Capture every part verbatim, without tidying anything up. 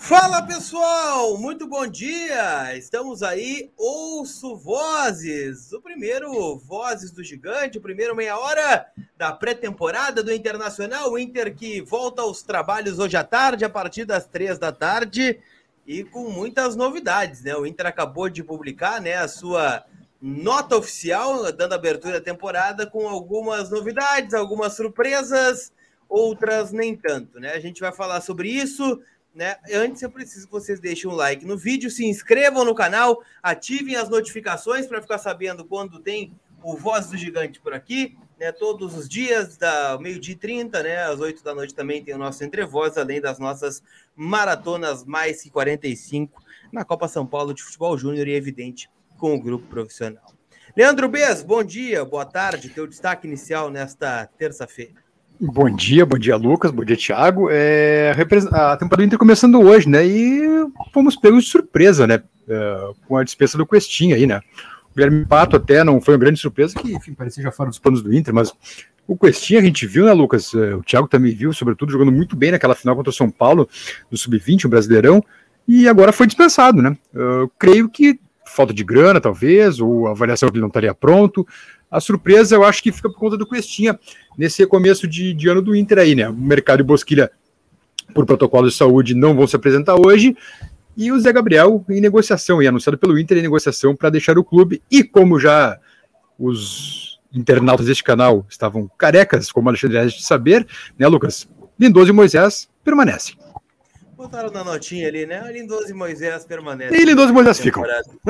Fala pessoal, muito bom dia, estamos aí, Ouço Vozes, o primeiro Vozes do Gigante, o primeiro meia hora da pré-temporada do Internacional, o Inter que volta aos trabalhos hoje à tarde, a partir das três da tarde, e com muitas novidades, né? O Inter acabou de publicar, né, a sua nota oficial, dando abertura à temporada, com algumas novidades, algumas surpresas, outras nem tanto, né? A gente vai falar sobre isso. Né? Antes eu preciso que vocês deixem um like no vídeo, se inscrevam no canal, ativem as notificações para ficar sabendo quando tem o Voz do Gigante por aqui, né? Todos os dias, da meio-dia e trinta, né? Às oito da noite também tem o nosso Entre Voz, além das nossas maratonas mais que quarenta e cinco na Copa São Paulo de Futebol Júnior e, evidente, com o grupo profissional. Leandro Bez, bom dia, boa tarde, teu destaque inicial nesta terça-feira. Bom dia, bom dia, Lucas, bom dia, Thiago. É, a temporada do Inter começando hoje, né? E fomos pegos de surpresa, né? É, com a dispensa do Questinha aí, né? O Guilherme Pato até não foi uma grande surpresa, que, enfim, parecia já fora dos planos do Inter, mas o Questinha a gente viu, né, Lucas? O Thiago também viu, sobretudo jogando muito bem naquela final contra o São Paulo, do sub vinte, o Brasileirão, e agora foi dispensado, né? Eu creio que falta de grana, talvez, ou a avaliação dele não estaria pronto. A surpresa, eu acho que fica por conta do Questinha, nesse começo de, de ano do Inter aí, né? O Mercado e Bosquilha, por protocolo de saúde, não vão se apresentar hoje, e o Zé Gabriel em negociação, e anunciado pelo Inter em negociação para deixar o clube, e como já os internautas deste canal estavam carecas, como Alexandre Reis de saber, né, Lucas? Lindoso e Moisés permanecem. Botaram na notinha ali, né? Lindoso e Moisés permanecem. E Lindoso e Moisés ficam.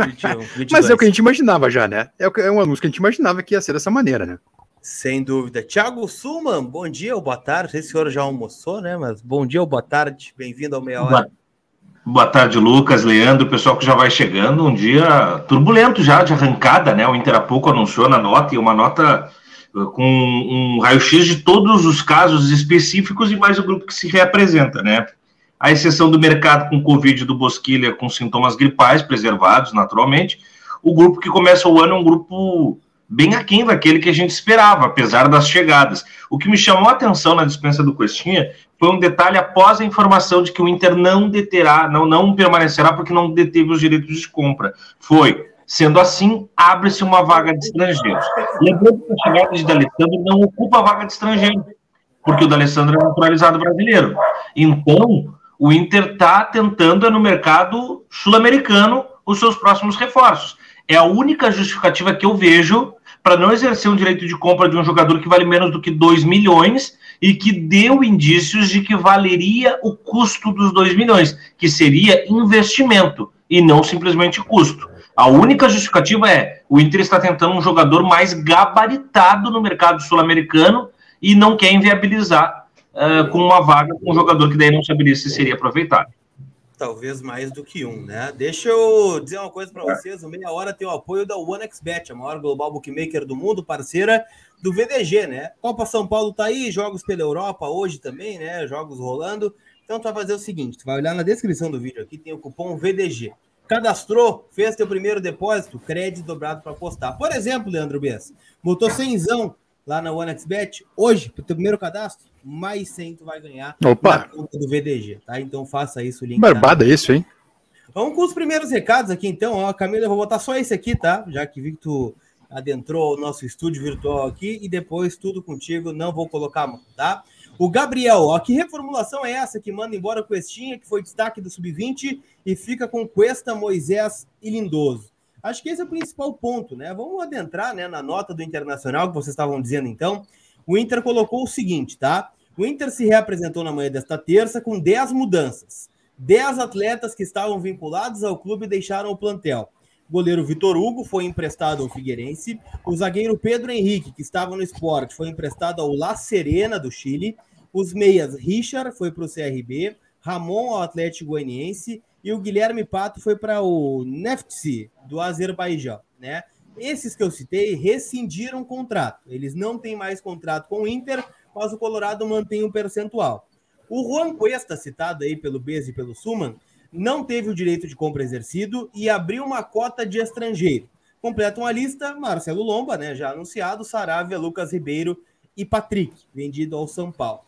Mas é o que a gente imaginava já, né? É um anúncio que a gente imaginava que ia ser dessa maneira, né? Sem dúvida. Thiago Suman, bom dia ou boa tarde. Não sei se o senhor já almoçou, né? Mas bom dia ou boa tarde. Bem-vindo ao Meia Hora. Boa, boa tarde, Lucas, Leandro, o pessoal que já vai chegando. Um dia turbulento já, de arrancada, né? O Inter há pouco anunciou na nota, e uma nota com um raio-x de todos os casos específicos e mais o grupo que se reapresenta, né? À exceção do mercado com Covid do Bosquilha com sintomas gripais preservados, naturalmente, o grupo que começa o ano é um grupo bem aquém daquele que a gente esperava, apesar das chegadas. O que me chamou a atenção na dispensa do Questinha foi um detalhe após a informação de que o Inter não deterá, não, não permanecerá porque não deteve os direitos de compra. Foi, sendo assim, abre-se uma vaga de estrangeiros. Lembrando que a chegada de D'Alessandro não ocupa a vaga de estrangeiro, porque o D'Alessandro é naturalizado brasileiro. Então, o Inter está tentando, no mercado sul-americano, os seus próximos reforços. É a única justificativa que eu vejo para não exercer um direito de compra de um jogador que vale menos do que dois milhões e que deu indícios de que valeria o custo dos dois milhões, que seria investimento e não simplesmente custo. A única justificativa é o Inter está tentando um jogador mais gabaritado no mercado sul-americano e não quer inviabilizar Uh, com uma vaga com um jogador que daí não saberia se seria aproveitado. Talvez mais do que um, né? Deixa eu dizer uma coisa para vocês, o Meia Hora tem o apoio da OneXBet, a maior global bookmaker do mundo, parceira do V D G, né? Copa São Paulo tá aí, jogos pela Europa hoje também, né? Jogos rolando. Então tu vai fazer o seguinte, tu vai olhar na descrição do vídeo aqui, tem o cupom V D G. Cadastrou, fez teu primeiro depósito, crédito dobrado para apostar. Por exemplo, Leandro Bess, botou cenzão lá na OneXBet, hoje, pro teu primeiro cadastro, mais cem tu vai ganhar. Opa. Na conta do V D G, tá? Então faça isso, o link. Barbada tá... isso, hein? Vamos com os primeiros recados aqui, então. Ó, Camila, eu vou botar só esse aqui, tá? Já que vi que tu adentrou o nosso estúdio virtual aqui e depois tudo contigo, não vou colocar a mão, tá? O Gabriel, ó, que reformulação é essa que manda embora o Questinha, que foi destaque do sub vinte e fica com Cuesta, Moisés e Lindoso? Acho que esse é o principal ponto, né? Vamos adentrar, né, na nota do Internacional que vocês estavam dizendo, então. O Inter colocou o seguinte, tá? O Inter se reapresentou na manhã desta terça com dez mudanças. dez atletas que estavam vinculados ao clube deixaram o plantel. O goleiro Vitor Hugo foi emprestado ao Figueirense. O zagueiro Pedro Henrique, que estava no Sport, foi emprestado ao La Serena, do Chile. Os meias Richard foi para o C R B. Ramon ao Atlético Goianiense. E o Guilherme Pato foi para o Neftchi, do Azerbaijão, né? Esses que eu citei rescindiram o contrato. Eles não têm mais contrato com o Inter, mas o Colorado mantém um percentual. O Juan Cuesta, citado aí pelo Bez e pelo Suman, não teve o direito de compra exercido e abriu uma cota de estrangeiro. Completam a lista Marcelo Lomba, né, já anunciado, Saravia, Lucas Ribeiro e Patrick, vendido ao São Paulo.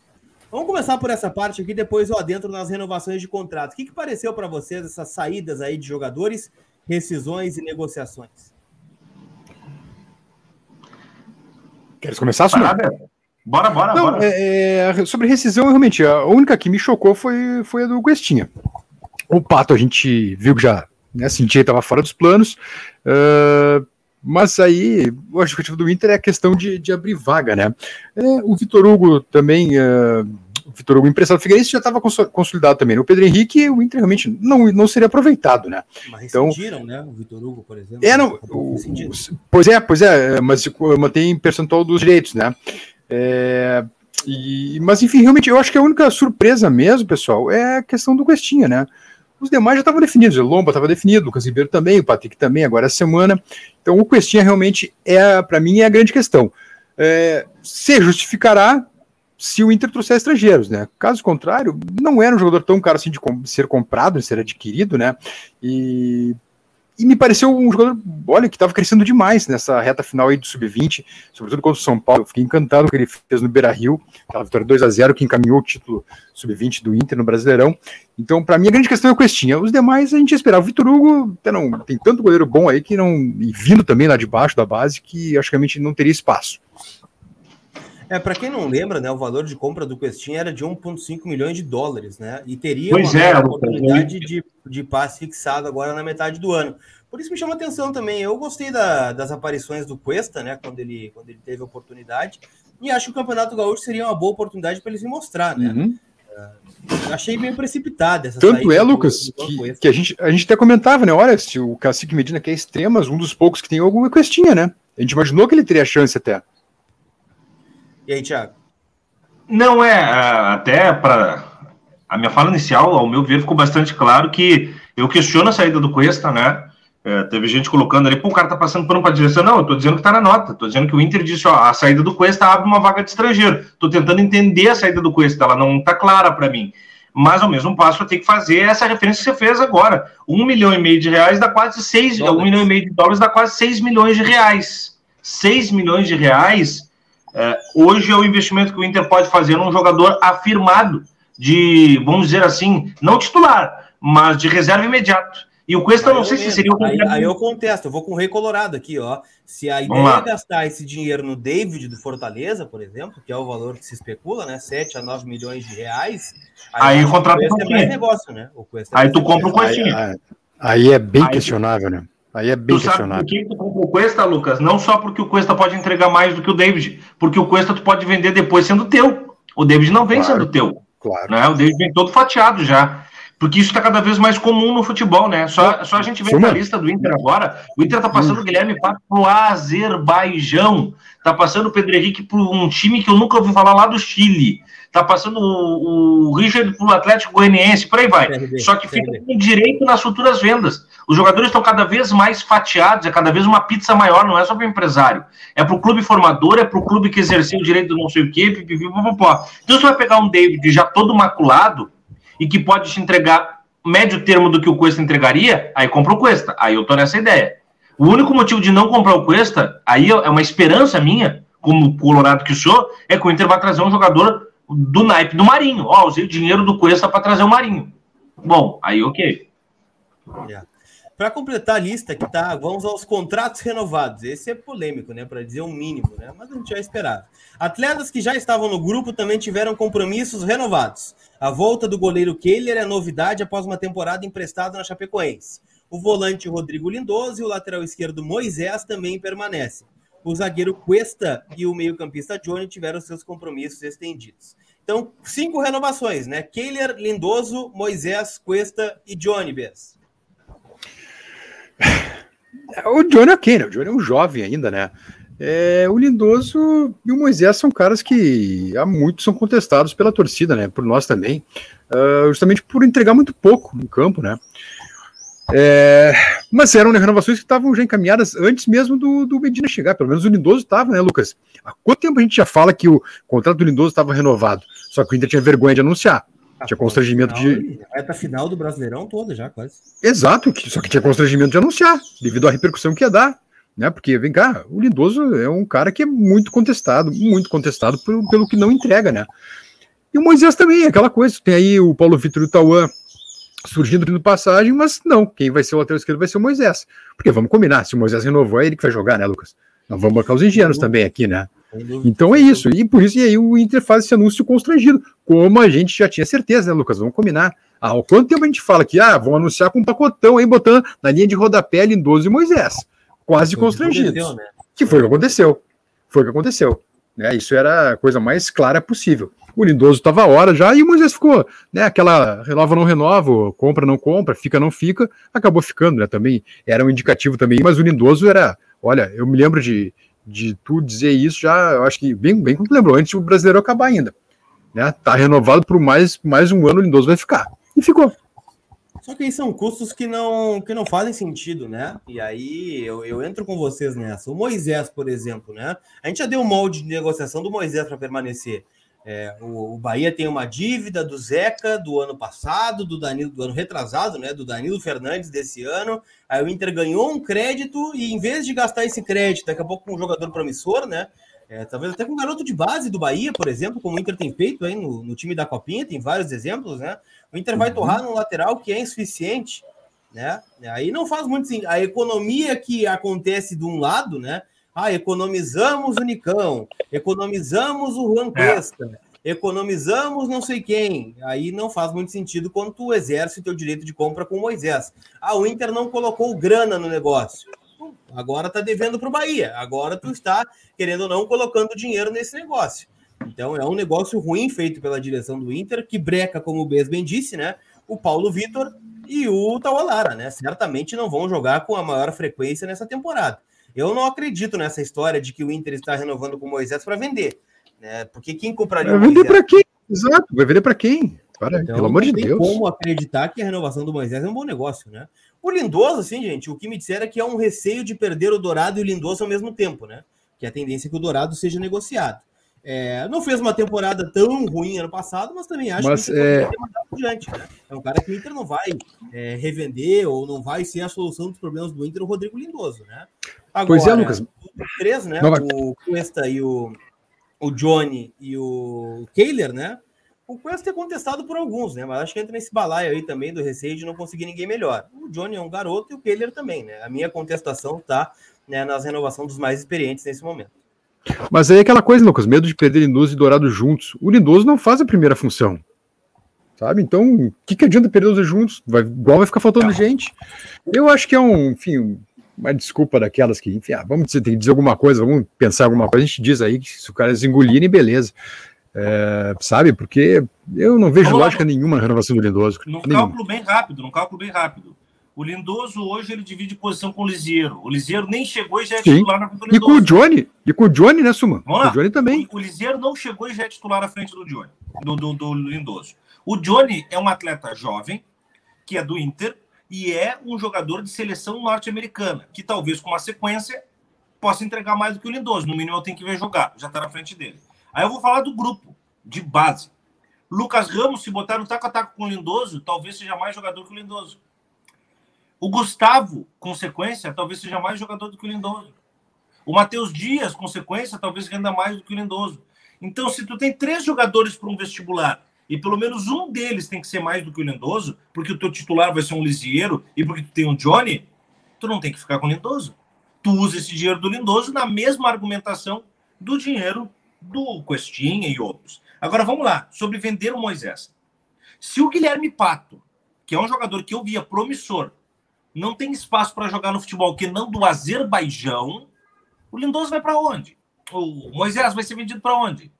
Vamos começar por essa parte aqui, depois eu adentro nas renovações de contrato. O que, que pareceu para vocês essas saídas aí de jogadores, rescisões e negociações? Queres começar, Simão? Bora, bora, Não, bora. É, é, sobre rescisão, realmente, a única que me chocou foi, foi a do Questinha. O Pato, a gente viu que já, né, sentia que estava fora dos planos, uh, mas aí o objetivo do Inter é a questão de, de abrir vaga, né? É, o Vitor Hugo também, uh, o Vitor Hugo emprestado do Figueirense já estava consolidado também. O Pedro Henrique, o Inter realmente não, não seria aproveitado, né? Mas então, rescindiram, né? O Vitor Hugo, por exemplo. É, não, o, pois é, pois é, mas mantém percentual dos direitos, né? É, e, mas enfim, realmente eu acho que a única surpresa mesmo, pessoal, é a questão do Questinha, né? Os demais já estavam definidos, o Lomba estava definido, o Lucas Ribeiro também, o Patrick também, agora essa semana. Então o Questinha realmente, é, para mim, é a grande questão. É, se justificará se o Inter trouxer estrangeiros, né? Caso contrário, não era um jogador tão caro assim de ser comprado, de ser adquirido, né? E... E me pareceu um jogador, olha, que estava crescendo demais nessa reta final aí do sub vinte, sobretudo contra o São Paulo. Eu fiquei encantado com o que ele fez no Beira-Rio, aquela vitória dois a zero que encaminhou o título sub vinte do Inter no Brasileirão. Então, para mim, a grande questão é o Questinha. Os demais a gente ia esperar. O Vitor Hugo até não, tem tanto goleiro bom aí que não, e vindo também lá de baixo da base, que acho que realmente não teria espaço. É, para quem não lembra, né, o valor de compra do Questinha era de um vírgula cinco milhões de dólares, né? E teria pois uma é, oportunidade de, de passe fixado agora na metade do ano. Por isso me chama atenção também. Eu gostei da, das aparições do Cuesta, né? Quando ele, quando ele teve a oportunidade. E acho que o Campeonato Gaúcho seria uma boa oportunidade para ele se mostrar, né? Uhum. Uh, achei meio precipitada essa Tanto saída é, Lucas, do, do que, que a, gente, a gente até comentava, né? Olha, se o Cacique Medina quer extremas, um dos poucos que tem alguma Questinha, né? A gente imaginou que ele teria chance até. E aí, Thiago? Não é, até para a minha fala inicial, ao meu ver, ficou bastante claro que eu questiono a saída do Cuesta, né? É, teve gente colocando ali, pô, o cara tá passando por uma direção. Não, eu tô dizendo que tá na nota, tô dizendo que o Inter disse, ó, a saída do Cuesta abre uma vaga de estrangeiro. Tô tentando entender a saída do Cuesta, ela não tá clara para mim. Mas ao mesmo passo eu tenho que fazer essa referência que você fez agora. Um milhão e meio de reais dá quase seis, dólares. um milhão e meio de dólares dá quase seis milhões de reais. Seis milhões de reais. É, hoje é o investimento que o Inter pode fazer num jogador afirmado, de, vamos dizer assim, não titular, mas de reserva imediato. E o Cuesta, eu não sei se seria o... Aí, aí eu contesto, eu vou com o Rei Colorado aqui, ó. Se a ideia é gastar esse dinheiro no David do Fortaleza, por exemplo, que é o valor que se especula, né? sete a nove milhões de reais, aí, aí o contrato o Cuesta é mais negócio, né? O Cuesta é aí mais tu negócio. compra o Cuestinha. Aí, aí é bem aí, questionável, né? Aí é bem tu questionável. Sabe por que tu compra o Cuesta, Lucas? Não só porque o Cuesta pode entregar mais do que o David, porque o Cuesta tu pode vender depois sendo teu. O David não vem claro, sendo teu. Claro. Né? O David vem todo fatiado já. Porque isso está cada vez mais comum no futebol, né? Só, só a gente vê na lista do Inter agora. O Inter está passando o Guilherme Pato para o Azerbaijão. Está passando o Pedro Henrique para um time que eu nunca ouvi falar lá do Chile. Está passando o, o Richard para o Atlético Goianiense, por aí vai. C R B, Só que fica com direito nas futuras vendas. Os jogadores estão cada vez mais fatiados, é cada vez uma pizza maior, não é só para o empresário. É para o clube formador, é para o clube que exerceu o direito do não sei o quê, pipipi, popopó. Então você vai pegar um David já todo maculado e que pode te entregar médio termo do que o Cuesta entregaria, aí compra o Cuesta. Aí eu tô nessa ideia. O único motivo de não comprar o Cuesta, aí é uma esperança minha, como colorado que sou, é que o Inter vai trazer um jogador do naipe do Marinho. Ó, usei o dinheiro do Cuesta para trazer o Marinho. Bom, aí ok. Yeah. Para completar a lista que tá, vamos aos contratos renovados. Esse é polêmico, né? Para dizer o um mínimo, né? Mas a gente já esperava. Atletas que já estavam no grupo também tiveram compromissos renovados. A volta do goleiro Kehler é novidade após uma temporada emprestada na Chapecoense. O volante Rodrigo Lindoso e o lateral esquerdo Moisés também permanecem. O zagueiro Cuesta e o meio-campista Johnny tiveram seus compromissos estendidos. Então, cinco renovações, né? Kehler, Lindoso, Moisés, Cuesta e Johnny, Bess. O Johnny é ok, né? O Johnny é um jovem ainda, né? É, o Lindoso e o Moisés são caras que há muito são contestados pela torcida, né? Por nós também, uh, justamente por entregar muito pouco no campo, né? É, mas eram, né, renovações que estavam já encaminhadas antes mesmo do, do Medina chegar. Pelo menos o Lindoso estava, né, Lucas? Há quanto tempo a gente já fala que o contrato do Lindoso estava renovado? Só que o Inter tinha vergonha de anunciar. Ah, tinha constrangimento final, de... É para final do Brasileirão todo já, quase. Exato, só que tinha constrangimento de anunciar, devido à repercussão que ia dar. Né? Porque, vem cá, o Lindoso é um cara que é muito contestado, muito contestado pelo, pelo que não entrega, né? E o Moisés também, aquela coisa. Tem aí o Paulo Vitor e o Tauan surgindo de passagem, mas não, quem vai ser o lateral esquerdo vai ser o Moisés. Porque vamos combinar, se o Moisés renovou, é ele que vai jogar, né, Lucas? Não vamos marcar os ingênuos também aqui, né? Então é isso, e por isso e aí o Inter faz esse anúncio constrangido, como a gente já tinha certeza, né, Lucas? Vamos combinar. Há quanto tempo a gente fala que ah, vão anunciar com um pacotão aí, botando na linha de rodapé Lindoso e Moisés, quase constrangidos. Né? Que foi o que aconteceu. Foi o que aconteceu. Né? Isso era a coisa mais clara possível. O Lindoso estava a hora já e o Moisés ficou, né? Aquela renova, não renova, compra, não compra, fica, não fica, acabou ficando, né? Também era um indicativo também, mas o Lindoso era, olha, eu me lembro de, de tu dizer isso já, eu acho que bem, bem como tu lembrou, antes do Brasileiro acabar ainda. Né? Tá renovado por mais, mais um ano, o Lindoso vai ficar. E ficou. Só que aí são custos que não, que não fazem sentido, né? E aí eu, eu entro com vocês nessa. O Moisés, por exemplo, né? A gente já deu um molde de negociação do Moisés para permanecer. É, o, o Bahia tem uma dívida do Zeca do ano passado, do Danilo do ano retrasado, né? Do Danilo Fernandes desse ano. Aí o Inter ganhou um crédito e em vez de gastar esse crédito, daqui a pouco com um jogador promissor, né? É, talvez até com um garoto de base do Bahia, por exemplo, como o Inter tem feito aí no, no time da Copinha, tem vários exemplos, né? O Inter vai torrar no lateral que é insuficiente, né? Aí não faz muito sentido. A economia que acontece de um lado, né? Ah, economizamos o Nicão, economizamos o Juan Cuesta, é. economizamos não sei quem. Aí não faz muito sentido quando tu exerce o teu direito de compra com o Moisés. Ah, o Inter não colocou grana no negócio. Agora tá devendo para o Bahia. Agora tu está, querendo ou não, colocando dinheiro nesse negócio. Então é um negócio ruim feito pela direção do Inter, que breca, como o Bez bem disse, né? O Paulo Vitor e o Taualara, né? Certamente não vão jogar com a maior frequência nessa temporada. Eu não acredito nessa história de que o Inter está renovando com o Moisés para vender, né? Porque quem compraria o Moisés? Vai vender para quem? Exato, vai vender para quem? Para, então, pelo amor de Deus. Deus. Não tem como acreditar que a renovação do Moisés é um bom negócio, né? O Lindoso, assim, gente, o que me disseram é que é um receio de perder o Dourado e o Lindoso ao mesmo tempo, né? Que a tendência é que o Dourado seja negociado. É, não fez uma temporada tão ruim ano passado, mas também acho mas, que o Inter é... poderia ter mandado adiante, né? É um cara que o Inter não vai é, revender ou não vai ser a solução dos problemas do Inter, o Rodrigo Lindoso, né? Agora, pois é, Lucas. Os três, né? Não, o Cuesta e o, o Johnny e o Kehler, né? O Cuesta é contestado por alguns, né? Mas acho que entra nesse balaio aí também do receio de não conseguir ninguém melhor. O Johnny é um garoto e o Kehler também, né? A minha contestação tá, né, nas renovações dos mais experientes nesse momento. Mas aí é aquela coisa, Lucas, medo de perder Lindoso e Dourado juntos. O Lindoso não faz a primeira função, sabe? Então, o que, que adianta perder os dois juntos? Vai, igual vai ficar faltando é. gente. Eu acho que é um, enfim, uma desculpa daquelas que, enfim, ah, vamos dizer, tem que dizer alguma coisa, vamos pensar alguma coisa, a gente diz aí que se o cara engolirem, beleza. É, sabe? Porque eu não vejo vamos lógica lá. nenhuma na renovação do Lindoso. Num cálculo bem rápido, num cálculo bem rápido. O Lindoso hoje ele divide posição com o Liseiro. O Liseiro nem chegou e já é Sim. titular na frente do Lindoso. E com o Johnny, e com o Johnny, né, Suma? Vamos lá. O Johnny também. O, o Liseiro não chegou e já é titular na frente do Johnny, do, do, do Lindoso. O Johnny é um atleta jovem, que é do Inter, e é um jogador de seleção norte-americana, que talvez com uma sequência possa entregar mais do que o Lindoso. No mínimo eu tenho que ver jogar, já está na frente dele. Aí eu vou falar do grupo, de base. Lucas Ramos, se botar no taco a taco com o Lindoso, talvez seja mais jogador que o Lindoso. O Gustavo, com sequência, talvez seja mais jogador do que o Lindoso. O Matheus Dias, com sequência, talvez renda mais do que o Lindoso. Então, se tu tem três jogadores para um vestibular e pelo menos um deles tem que ser mais do que o Lindoso, porque o teu titular vai ser um Lisieiro e porque tu tem um Johnny, tu não tem que ficar com o Lindoso. Tu usa esse dinheiro do Lindoso na mesma argumentação do dinheiro do Questinha e outros. Agora, vamos lá, sobre vender o Moisés. Se o Guilherme Pato, que é um jogador que eu via promissor, não tem espaço para jogar no futebol que não do Azerbaijão, o Lindoso vai para onde? O Moisés vai ser vendido para onde?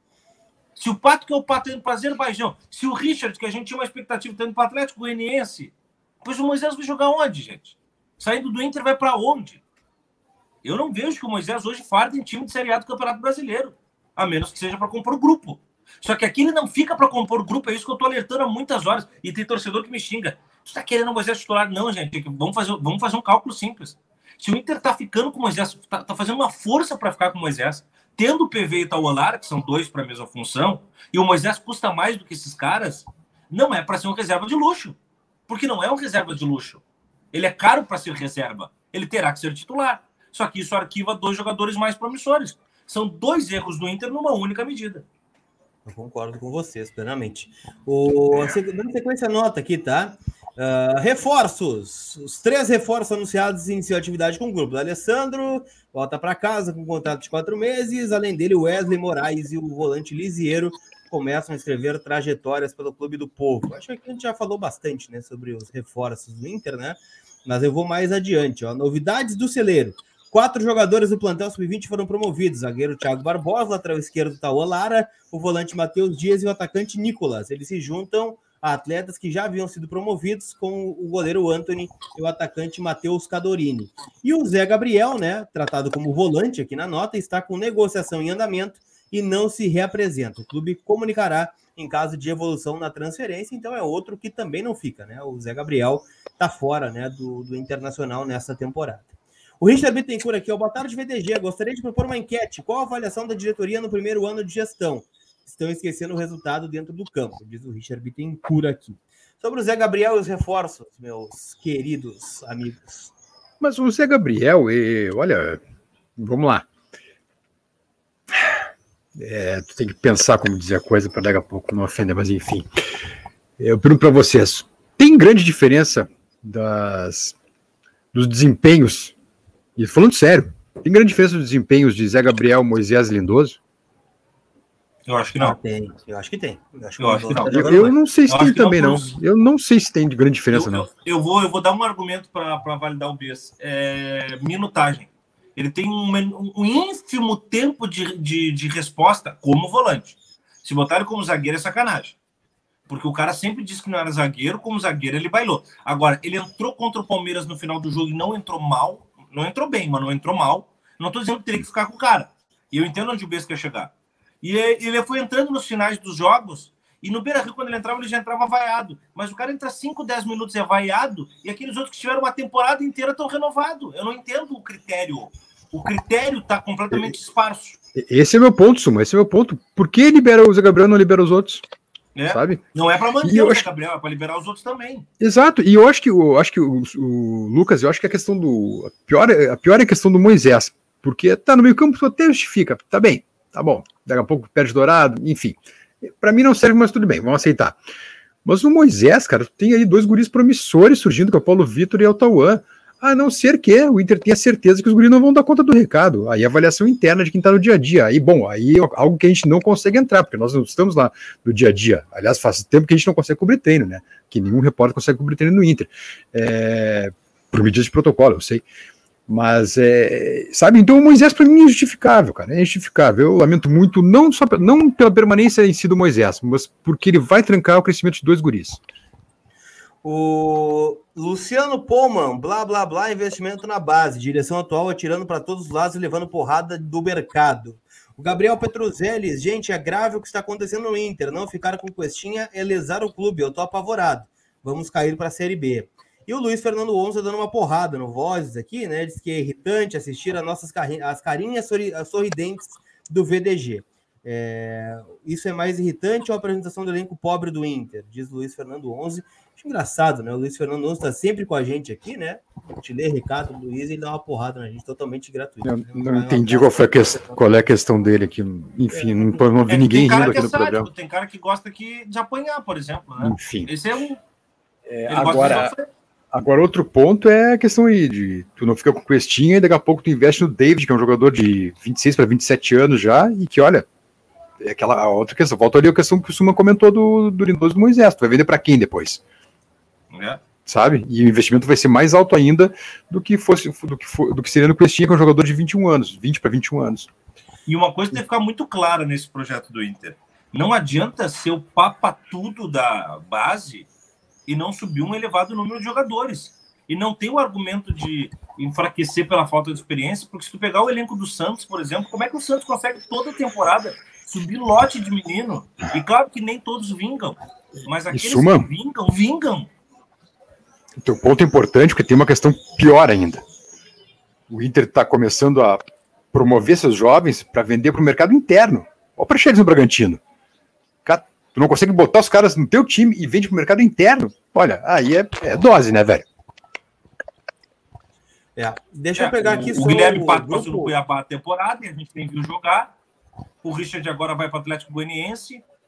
Se o Pato, que é o Pato, indo para o Azerbaijão, se o Richard, que a gente tinha uma expectativa, está indo para o Atlético Goianiense, pois o Moisés vai jogar onde, gente? Saindo do Inter, vai para onde? Eu não vejo que o Moisés hoje farde em time de Série A do Campeonato Brasileiro, a menos que seja para compor o grupo. Só que aqui ele não fica para compor o grupo, é isso que eu estou alertando há muitas horas, e tem torcedor que me xinga. Tu está querendo o Moisés titular? Não, gente, vamos fazer, vamos fazer um cálculo simples. Se o Inter está ficando com o Moisés, está tá fazendo uma força para ficar com o Moisés, tendo o P V e o Taualara, que são dois para a mesma função, e o Moisés custa mais do que esses caras, não é para ser um reserva de luxo. Porque não é um reserva de luxo. Ele é caro para ser reserva. Ele terá que ser titular. Só que isso arquiva dois jogadores mais promissores. São dois erros do Inter numa única medida. Eu concordo com vocês, plenamente. O, dando sequência, nota aqui, tá? Uh, reforços. Os três reforços anunciados iniciam atividade com o grupo. O Alessandro volta para casa com um contrato de quatro meses. Além dele, o Wesley Moraes e o volante Lisiero começam a escrever trajetórias pelo Clube do Povo. Acho que a gente já falou bastante, né, sobre os reforços do Inter, né? Mas eu vou mais adiante. Ó. Novidades do celeiro. Quatro jogadores do plantel sub vinte foram promovidos. Zagueiro Thiago Barbosa, lateral esquerdo Tauan Lara, o volante Matheus Dias e o atacante Nicolas. Eles se juntam a atletas que já haviam sido promovidos, com o goleiro Anthony e o atacante Matheus Cadorini. E o Zé Gabriel, né, tratado como volante aqui na nota, está com negociação em andamento e não se reapresenta. O clube comunicará em caso de evolução na transferência, então é outro que também não fica, né? O Zé Gabriel está fora, né, do, do Internacional nessa temporada. O Richard Bittencourt aqui, ó, boa tarde, V D G. Gostaria de propor uma enquete. Qual a avaliação da diretoria no primeiro ano de gestão? Estão esquecendo o resultado dentro do campo, diz o Richard Bittencourt aqui. Sobre o Zé Gabriel e os reforços, meus queridos amigos. Mas o Zé Gabriel, e, olha, vamos lá. É, tu tem que pensar como dizer a coisa para daqui a pouco não ofender, mas enfim. Eu pergunto para vocês, tem grande diferença das, dos desempenhos, e falando sério, tem grande diferença dos desempenhos de Zé Gabriel, Moisés Lindoso? Eu acho que não. Ah, tem. Eu acho que tem. Eu, acho que eu, acho que não. eu, eu não sei se eu tem também, não. não. Eu não sei se tem de grande diferença, eu, não. Eu, eu, vou, eu vou dar um argumento para validar o Bess. É, minutagem. Ele tem um, um ínfimo tempo de, de, de resposta como volante. Se botar ele como zagueiro é sacanagem. Porque o cara sempre disse que não era zagueiro, como zagueiro ele bailou. Agora, ele entrou contra o Palmeiras no final do jogo e não entrou mal. Não entrou bem, mas não entrou mal. Não estou dizendo que teria que ficar com o cara. E eu entendo onde o Bess quer chegar. E ele foi entrando nos finais dos jogos, e no Beira-Rio, quando ele entrava, ele já entrava vaiado. Mas o cara entra cinco, dez minutos e é vaiado, e aqueles outros que tiveram uma temporada inteira estão renovados. Eu não entendo o critério. O critério está completamente esparso. Esse é meu ponto, Suma, esse é meu ponto. Por que libera o Zé Gabriel e não libera os outros? É? Sabe? Não é para manter o Zé Gabriel, é para liberar os outros também. Exato, e eu acho que, eu acho que o, o Lucas, eu acho que a questão do... A pior, a pior é a questão do Moisés, porque tá no meio campo, até justifica, tá bem. Tá bom, daqui a pouco perde Dourado, enfim. Para mim não serve, mas tudo bem, vamos aceitar. Mas o Moisés, cara, tem aí dois guris promissores surgindo, que é o Paulo Vitor e o Tauan. A não ser que o Inter tenha certeza que os guris não vão dar conta do recado. Aí a avaliação interna de quem tá no dia a dia. Aí, bom, aí é algo que a gente não consegue entrar, porque nós não estamos lá no dia a dia. Aliás, faz tempo que a gente não consegue cobrir treino, né? Que nenhum repórter consegue cobrir treino no Inter. É, por medidas de protocolo, eu sei. Mas, é, sabe, então o Moisés para mim é injustificável, cara, é injustificável. Eu lamento muito, não, só, não pela permanência em si do Moisés, mas porque ele vai trancar o crescimento de dois guris. O Luciano Poman, blá, blá, blá, investimento na base, direção atual atirando para todos os lados e levando porrada do mercado. O Gabriel Petrozelli, gente, é grave o que está acontecendo no Inter, não ficar com questinha é lesar o clube, eu tô apavorado, vamos cair para a Série B. E o Luiz Fernando Onza dando uma porrada no Vozes aqui, né? Diz que é irritante assistir as nossas carinhas, as carinhas sorridentes do V D G. É, isso é mais irritante ou a apresentação do elenco pobre do Inter? Diz o Luiz Fernando Onze. Acho engraçado, né? O Luiz Fernando Onze está sempre com a gente aqui, né? Te lê recado do Luiz e ele dá uma porrada na gente totalmente gratuita. Eu né? não entendi qual, foi a que... qual é a questão dele aqui. Enfim, é, não, não vi é, ninguém rindo aqui no sádico, programa. Tem cara que gosta aqui de apanhar, por exemplo. Né? Enfim. Esse é um. É, agora. Agora, outro ponto é a questão aí de tu não fica com questinha e daqui a pouco tu investe no David, que é um jogador de vinte e seis para vinte e sete anos já, e que, olha, é aquela outra questão. Volta ali a questão que o Suma comentou do, do Lindoso do Moisés. Tu vai vender para quem depois? É. Sabe? E o investimento vai ser mais alto ainda do que fosse do que, for, do que seria no Questinha, que é um jogador de vinte e um anos, vinte para vinte e um anos. E uma coisa tem que ficar muito clara nesse projeto do Inter. Não adianta ser o papatudo da base e não subir um elevado número de jogadores. E não tem o argumento de enfraquecer pela falta de experiência, porque se tu pegar o elenco do Santos, por exemplo, como é que o Santos consegue toda a temporada subir lote de menino? E claro que nem todos vingam, mas aqueles Suma, que vingam, vingam. O teu ponto é importante, porque tem uma questão pior ainda. O Inter está começando a promover seus jovens para vender para o mercado interno. Olha para Praxedes no Bragantino. Tu não consegue botar os caras no teu time e vende pro mercado interno? Olha, aí é, é dose, né, velho? É, deixa é, eu pegar aqui o, o Guilherme Pato passou no Cuiabá a temporada e a gente nem viu jogar. O Richard agora vai para o Atlético Goianiense.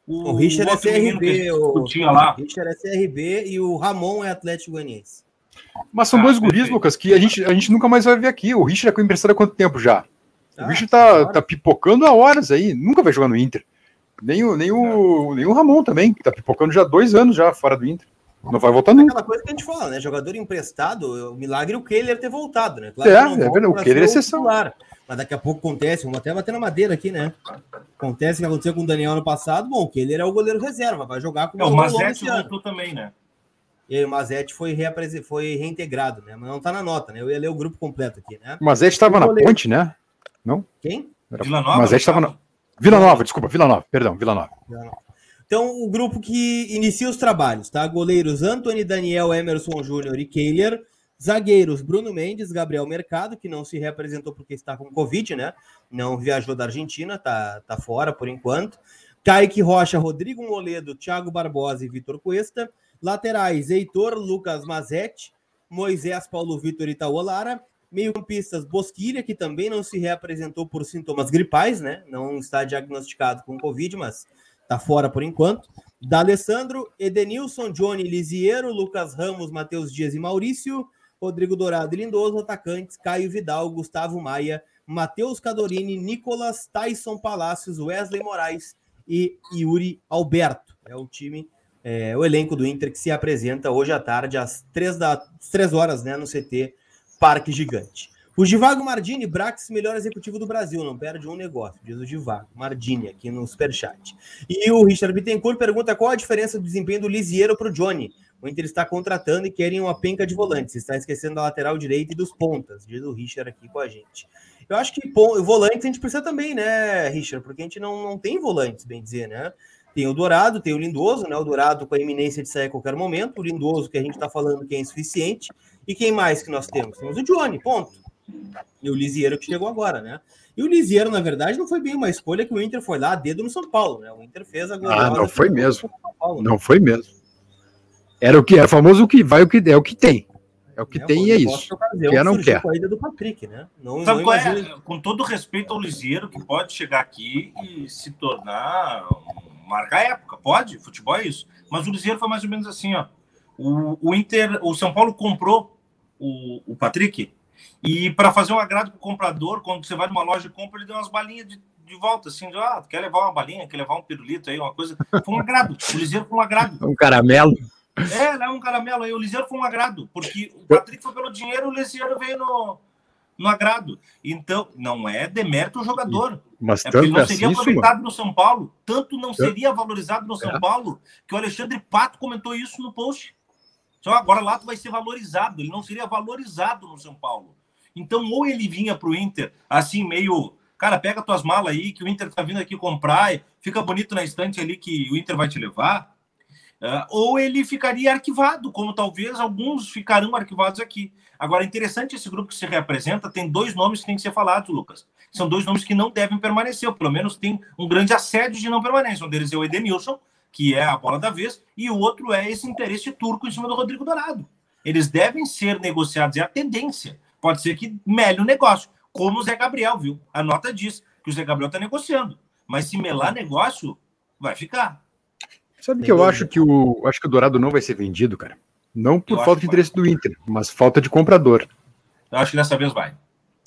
O, o Richard é C R B, o, lá. o Richard é C R B e o Ramon é Atlético Goianiense. Mas são ah, dois guris, Lucas, que a gente, a gente nunca mais vai ver aqui. O Richard é emprestado há quanto tempo já? Ah, o Richard tá, tá pipocando há horas aí, nunca vai jogar no Inter. Nem o, nem o, nem o Ramon também, que tá pipocando já há dois anos já fora do Inter. Não vai voltar nunca. Aquela coisa que a gente fala, né? Jogador emprestado, o milagre é o Kehler ter voltado, né? Claro é, é verdade, o Kehler é exceção. Titular, mas daqui a pouco acontece, vamos até bater na madeira aqui, né? Acontece o que aconteceu com o Daniel no passado, bom, o Kehler é o goleiro reserva, vai jogar com é, o Mazete voltou também, né? E aí, o Mazete foi, reapres... foi reintegrado, né? Mas não tá na nota, né? Eu ia ler o grupo completo aqui, né? O Mazete estava na ponte, né? Não? Quem? Era... Vila Nova. O Mazete estava na... Vila Nova, desculpa, Vila Nova, perdão, Vila Nova. Vila Nova. Então, o grupo que inicia os trabalhos, tá? Goleiros Antony, Daniel, Emerson Júnior e Kehler. Zagueiros Bruno Mendes, Gabriel Mercado, que não se reapresentou porque está com Covid, né? Não viajou da Argentina, tá, tá fora por enquanto. Kaique Rocha, Rodrigo Moledo, Thiago Barbosa e Vitor Cuesta. Laterais, Heitor, Lucas Mazete, Moisés, Paulo Vitor e Itaú Lara. Meio-campistas, Bosquilha, que também não se reapresentou por sintomas gripais, né? Não está diagnosticado com Covid, mas tá fora por enquanto. D'Alessandro, Edenilson, Johnny Lisiero, Lucas Ramos, Matheus Dias e Maurício, Rodrigo Dourado e Lindoso, atacantes, Caio Vidal, Gustavo Maia, Matheus Cadorini, Nicolas, Tyson Palacios, Wesley Moraes e Yuri Alberto. É o time, é, o elenco do Inter que se apresenta hoje à tarde, às três, da, três horas, né, no C T Parque Gigante. O Givago Mardini, Brax, melhor executivo do Brasil, não perde um negócio, diz o Givago Mardini aqui no Superchat. E o Richard Bittencourt pergunta qual a diferença do desempenho do Lisiero para o Johnny. O Inter está contratando e querem uma penca de volantes, está esquecendo da lateral direita e dos pontas, diz o Richard aqui com a gente. Eu acho que pô, volantes a gente precisa também, né, Richard, porque a gente não, não tem volantes, bem dizer, né? Tem o Dourado, tem o Lindoso, né? O Dourado com a iminência de sair a qualquer momento, o Lindoso que a gente está falando que é insuficiente, e quem mais que nós temos? Temos o Johnny, ponto. E o Lisiero que chegou agora, né? E o Lisiero, na verdade, não foi bem uma escolha que o Inter foi lá a dedo no São Paulo, né? O Inter fez a goleada. Ah, não foi mesmo. Paulo, não né? foi mesmo. Era o que é famoso, o que vai, o que é o que tem. É o que é, tem e é isso. Que quer não quer. Com a ida do Patrick, né? Não, Sabe não qual é? Com todo respeito ao Lisiero, que pode chegar aqui e se tornar marcar época, pode, futebol é isso. Mas o Lisiero foi mais ou menos assim, ó. O, o Inter, o São Paulo comprou o, o Patrick. E para fazer um agrado para o comprador, quando você vai numa loja e compra, ele deu umas balinhas de, de volta, assim, de, ah, quer levar uma balinha, quer levar um pirulito aí, uma coisa. Foi um agrado. O Lisiero foi um agrado. Um caramelo. É, leva um caramelo aí. O Lisiero foi um agrado, porque o Patrick foi pelo dinheiro, o Lisiero veio no, no agrado. Então, não é demérito o jogador. Mas é porque ele não seria assim, aproveitado no São Paulo. Tanto não seria valorizado no São é. Paulo, que o Alexandre Pato comentou isso no post. Só agora lá tu vai ser valorizado. Ele não seria valorizado no São Paulo. Então, ou ele vinha para o Inter, assim, meio... Cara, pega tuas malas aí, que o Inter tá vindo aqui comprar, fica bonito na estante ali que o Inter vai te levar. Uh, ou ele ficaria arquivado, como talvez alguns ficarão arquivados aqui. Agora, interessante esse grupo que se reapresenta, tem dois nomes que têm que ser falados, Lucas. São dois nomes que não devem permanecer, ou pelo menos tem um grande assédio de não permanência. Um deles é o Edenilson, que é a bola da vez, e o outro é esse interesse turco em cima do Rodrigo Dourado. Eles devem ser negociados, é a tendência. Pode ser que melhe o negócio, como o Zé Gabriel, viu? A nota diz que o Zé Gabriel está negociando. Mas se melar negócio, vai ficar. Sabe que eu acho que o acho que o Dourado não vai ser vendido, cara? Não por eu falta de interesse do Inter, mas falta de comprador. Eu acho que dessa vez vai.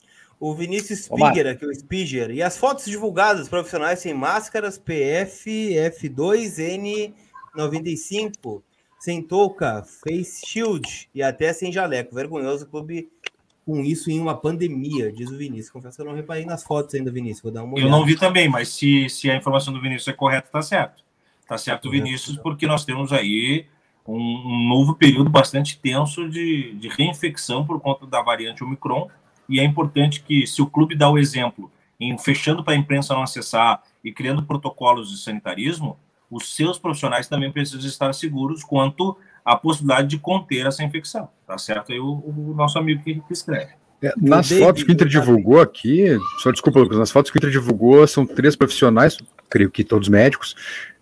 O Vinícius Spiger, aqui o Spiger. E as fotos divulgadas, profissionais sem máscaras, P F, F dois, N noventa e cinco, sem touca, face shield e até sem jaleco. Vergonhoso clube com isso em uma pandemia, diz o Vinícius. Confesso que eu não reparei nas fotos ainda, Vinícius. Vou dar uma olhada. Eu não vi também, mas se, se a informação do Vinícius é correta, tá certo. Tá certo, Vinícius, porque nós temos aí um, um novo período bastante tenso de, de reinfecção por conta da variante Omicron, e é importante que, se o clube dá o exemplo em fechando para a imprensa não acessar e criando protocolos de sanitarismo, os seus profissionais também precisam estar seguros quanto à possibilidade de conter essa infecção. Tá certo aí o, o nosso amigo que, que escreve. É, nas fotos que o Inter divulgou aqui, só desculpa, Lucas, nas fotos que o Inter divulgou são três profissionais, creio que todos médicos,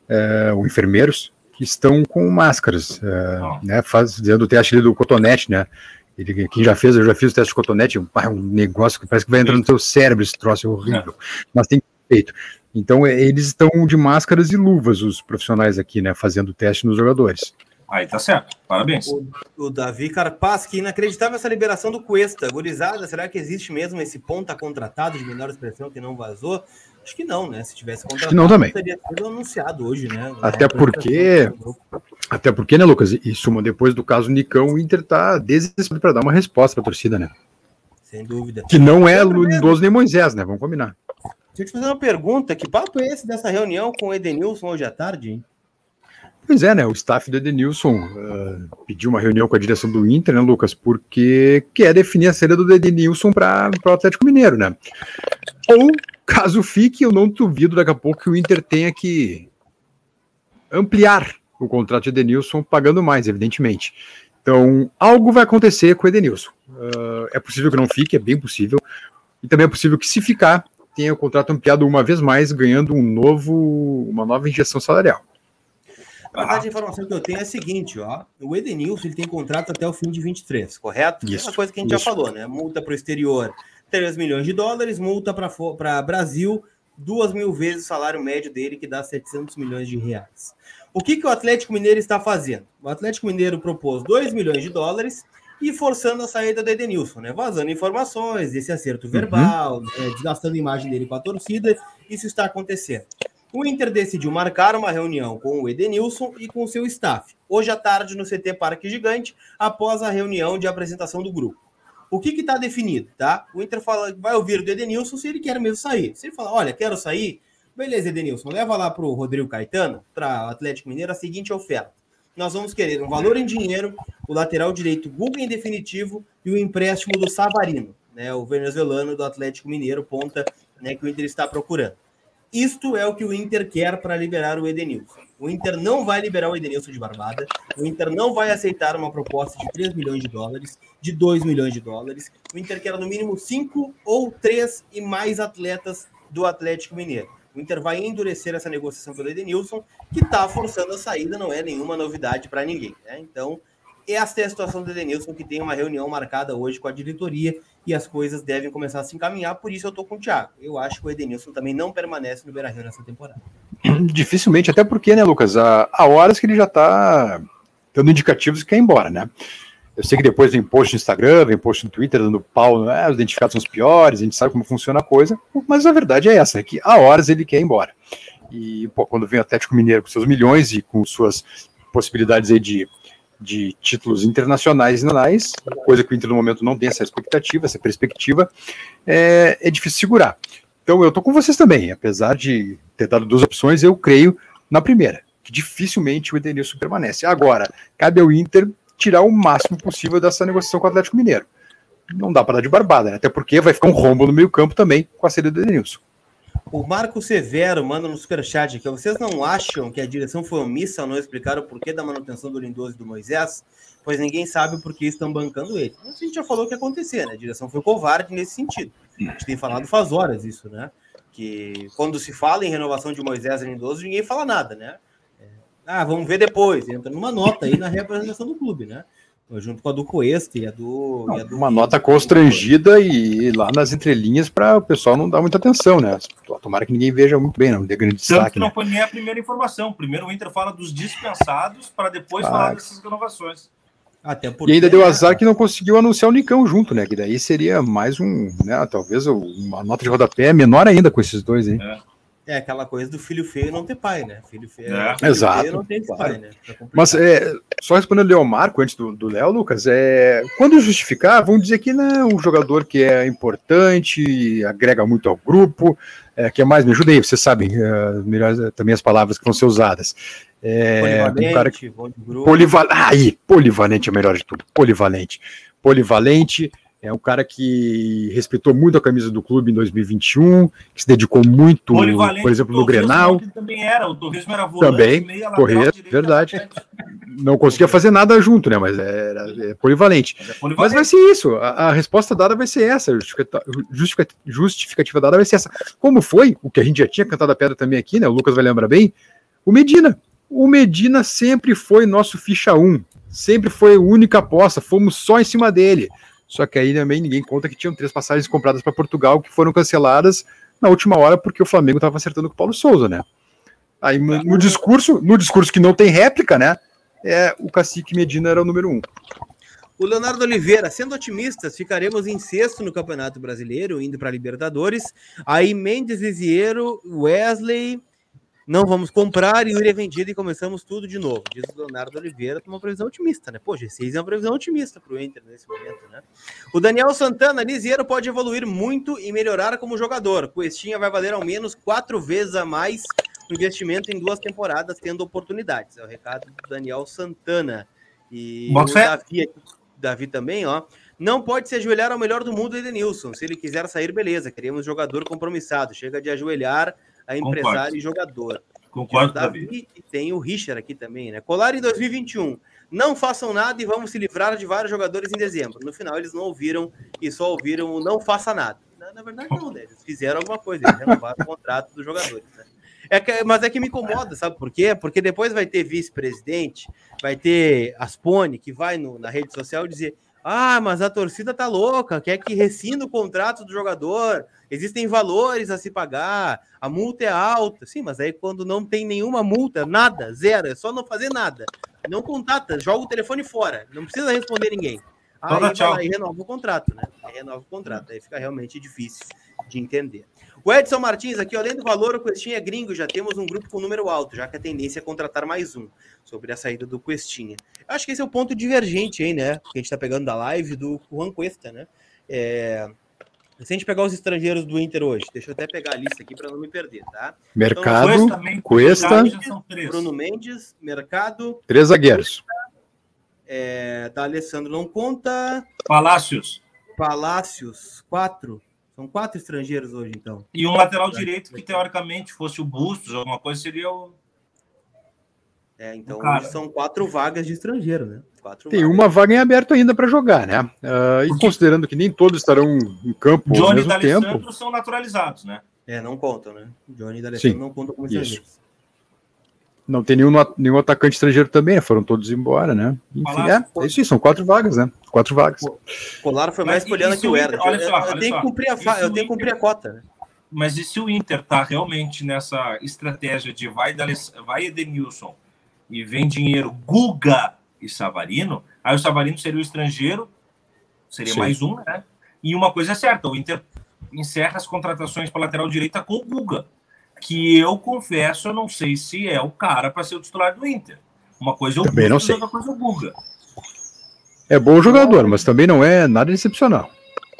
é, ou enfermeiros, que estão com máscaras, é, né, fazendo o teste ali do cotonete, né? Ele, quem já fez, eu já fiz o teste de cotonete, é um negócio que parece que vai entrar no seu cérebro, esse troço é horrível, é. Mas tem feito. Então, eles estão de máscaras e luvas, os profissionais aqui, né, fazendo teste nos jogadores. Aí tá certo, parabéns. O, o Davi Carpaz, que inacreditável essa liberação do Cuesta. Gurizada, será que existe mesmo esse ponta contratado de menor expressão que não vazou? Acho que não, né? Se tivesse contratado, Acho que não também. Teria sido anunciado hoje, né? Até porque, até porque, né, Lucas, isso depois do caso Nicão, o Inter tá desesperado para dar uma resposta para a torcida, né? Sem dúvida. Que não é Lindoso nem Moisés, né? Vamos combinar. Deixa eu te fazer uma pergunta. Que papo é esse dessa reunião com o Edenilson hoje à tarde, hein? Pois é, né? O staff do Edenilson uh, pediu uma reunião com a direção do Inter, né, Lucas? Porque quer definir a saída do Edenilson para o Atlético Mineiro, né? Ou, caso fique, eu não duvido daqui a pouco que o Inter tenha que ampliar o contrato de Edenilson, pagando mais, evidentemente. Então, algo vai acontecer com o Edenilson. Uh, é possível que não fique, é bem possível. E também é possível que, se ficar, tenha o contrato ampliado uma vez mais, ganhando um novo, uma nova injeção salarial. Na verdade, a informação que eu tenho é a seguinte, ó. O Edenilson ele tem contrato até o fim de vinte e três, correto? Isso. É uma coisa que a gente isso. já falou, né? Multa para o exterior, três milhões de dólares, multa para Brasil, duas mil vezes o salário médio dele, que dá setecentos milhões de reais. O que, que o Atlético Mineiro está fazendo? O Atlético Mineiro propôs dois milhões de dólares e forçando a saída do Edenilson, né? Vazando informações, esse acerto verbal, uhum. né? Desgastando a imagem dele com a torcida, isso está acontecendo. O Inter decidiu marcar uma reunião com o Edenilson e com o seu staff, hoje à tarde no C T Parque Gigante, após a reunião de apresentação do grupo. O que está definido, tá? O Inter fala, vai ouvir do Edenilson se ele quer mesmo sair. Se ele falar, olha, quero sair, beleza, Edenilson, leva lá para o Rodrigo Caetano, para o Atlético Mineiro, a seguinte oferta. Nós vamos querer um valor em dinheiro, o lateral direito Guga em definitivo e o empréstimo do Savarino, né, o venezuelano do Atlético Mineiro, ponta, né, que o Inter está procurando. Isto é o que o Inter quer para liberar o Edenilson. O Inter não vai liberar o Edenilson de barbada. O Inter não vai aceitar uma proposta de três milhões de dólares, de dois milhões de dólares. O Inter quer no mínimo cinco ou três e mais atletas do Atlético Mineiro. O Inter vai endurecer essa negociação pelo Edenilson, que está forçando a saída, não é nenhuma novidade para ninguém, né? Então, essa é a situação do Edenilson, que tem uma reunião marcada hoje com a diretoria e as coisas devem começar a se encaminhar, por isso eu estou com o Thiago. Eu acho que o Edenilson também não permanece no Beira-Rio nessa temporada. Dificilmente, até porque, né, Lucas, há, há horas que ele já está dando indicativos que quer ir embora, né? Eu sei que depois vem post no Instagram, vem post no Twitter dando pau, né? Os identificados são os piores, a gente sabe como funciona a coisa, mas a verdade é essa, é que há horas ele quer ir embora. E, pô, quando vem o Atlético Mineiro com seus milhões e com suas possibilidades aí de de títulos internacionais e nacionais, coisa que o Inter no momento não tem essa expectativa, essa perspectiva, é, é difícil segurar. Então eu tô com vocês também, apesar de ter dado duas opções, eu creio na primeira, que dificilmente o Edenilson permanece. Agora, cabe ao Inter tirar o máximo possível dessa negociação com o Atlético Mineiro. Não dá para dar de barbada, né? Até porque vai ficar um rombo no meio campo também com a saída do Edenilson. O Marco Severo manda no superchat aqui. Vocês não acham que a direção foi omissa ao não explicar o porquê da manutenção do Lindoso e do Moisés? Pois ninguém sabe o porquê estão bancando ele. A gente já falou o que ia acontecer, né? A direção foi covarde nesse sentido. A gente tem falado faz horas isso, né? Que quando se fala em renovação de Moisés e Lindoso, ninguém fala nada, né? Ah, vamos ver depois. Entra numa nota aí na representação do clube, né? Junto com a do Cuesta e a do... Não, e a do uma nota constrangida e lá nas entrelinhas para o pessoal não dar muita atenção, né? Tomara que ninguém veja muito bem, não dê grande destaque. Tanto que não né? foi nem a primeira informação. Primeiro o Inter fala dos dispensados para depois ah, falar dessas renovações. Até porque, e ainda deu azar que não conseguiu anunciar o Nicão junto, né? Que daí seria mais um, né? Talvez uma nota de rodapé menor ainda com esses dois, hein? É. É aquela coisa do filho feio não ter pai, né? Filho feio, é. filho Exato, feio não tem claro. pai, né? Mas é, só respondendo ao Marco antes do Léo, Lucas, é, quando justificar, vão dizer que não, um jogador que é importante, agrega muito ao grupo, é, que é mais, me ajuda aí, vocês sabem é, melhores, também as palavras que vão ser usadas. É, polivalente, um cara que, bom de grupo. Polival, aí, polivalente é melhor de tudo, polivalente. Polivalente. É um cara que respeitou muito a camisa do clube em dois mil e vinte e um, que se dedicou muito, por exemplo, no Grenal. Também era, o Torresmo era volante, também, meia, correto, verdade. Não conseguia fazer nada junto, né? Mas era é polivalente. Mas, é polivalente. Mas vai ser isso. A, a resposta dada vai ser essa. A justificativa, justificativa dada vai ser essa. Como foi, o que a gente já tinha cantado a pedra também aqui, né? O Lucas vai lembrar bem. O Medina. O Medina sempre foi nosso ficha um. Sempre foi a única aposta. Fomos só em cima dele. Só que aí também ninguém conta que tinham três passagens compradas para Portugal que foram canceladas na última hora porque o Flamengo estava acertando com o Paulo Souza, né? Aí no, no discurso, no discurso que não tem réplica, né? É, o Cacique Medina era o número um. O Leonardo Oliveira, sendo otimistas, ficaremos em sexto no Campeonato Brasileiro, indo para a Libertadores. Aí Mendes, Lisieiro, Wesley, não vamos comprar, e Yuri é vendido e começamos tudo de novo. Diz o Leonardo Oliveira, uma previsão otimista, né? Pô, G seis é uma previsão otimista para o Inter nesse momento, né? O Daniel Santana, Lisieiro pode evoluir muito e melhorar como jogador. Questinha vai valer ao menos quatro vezes a mais o investimento em duas temporadas, tendo oportunidades. É o recado do Daniel Santana. E Bota o fé. Davi aqui. Davi também, ó. Não pode se ajoelhar ao melhor do mundo, Edenilson. Se ele quiser sair, beleza. Queremos jogador compromissado. Chega de ajoelhar a empresário Concordo. E jogador. Concordo, Davi. Davi. E tem o Richard aqui também, né? Colar em dois mil e vinte e um. Não façam nada e vamos se livrar de vários jogadores em dezembro. No final, eles não ouviram e só ouviram o não faça nada. Na, na verdade, não, né? Eles fizeram alguma coisa. Eles renovaram o contrato dos jogadores, né? É que, mas é que me incomoda, sabe por quê? Porque depois vai ter vice-presidente, vai ter Aspone, que vai no, na rede social dizer: ah, mas a torcida tá louca, quer que rescinda o contrato do jogador, existem valores a se pagar, a multa é alta. Sim, mas aí quando não tem nenhuma multa, nada, zero, é só não fazer nada. Não contata, joga o telefone fora, não precisa responder ninguém. Aí vai lá e renova o contrato, né? Aí renova o contrato, aí fica realmente difícil de entender. O Edson Martins aqui, além do valor, o Questinha é gringo, já temos um grupo com número alto, já que a tendência é contratar mais um, sobre a saída do Questinha. Eu acho que esse é o ponto divergente aí, né, que a gente tá pegando da live do Juan Cuesta, né? É... Se a gente pegar os estrangeiros do Inter hoje, deixa eu até pegar a lista aqui para não me perder, tá? Mercado, então, Cuesta, Bruno Mendes, Mercado... Três zagueiros. É, tá, Alessandro não conta... Palácios. Palácios, quatro... São quatro estrangeiros hoje, então. E um lateral direito que, teoricamente, fosse o Bustos, alguma coisa, seria o... É, então hoje são quatro vagas de estrangeiro, né? Quatro Tem vagas. uma vaga em aberto ainda para jogar, né? Uh, e considerando que nem todos estarão em campo Johnny ao mesmo e D'Alessandro tempo... são naturalizados, né? É, não contam, né? Johnny e D'Alessandro não contam como estrangeiros. Não tem nenhum, nenhum atacante estrangeiro também, né? Foram todos embora, né? Enfim, é, é isso aí, são quatro vagas, né? Quatro vagas. O Colar foi mais escolhendo que o Herda. Olha só, eu tenho que cumprir a, fa... eu tenho que cumprir a cota, né? Mas e se o Inter tá realmente nessa estratégia de vai, vai Edenilson e vem dinheiro Guga e Savarino, aí o Savarino seria o estrangeiro, seria Sim. mais um, né? E uma coisa é certa, o Inter encerra as contratações para lateral direita com o Guga, que eu confesso, eu não sei se é o cara para ser o titular do Inter. Uma coisa é o também Guga, outra coisa é o Guga. É bom jogador, mas também não é nada excepcional.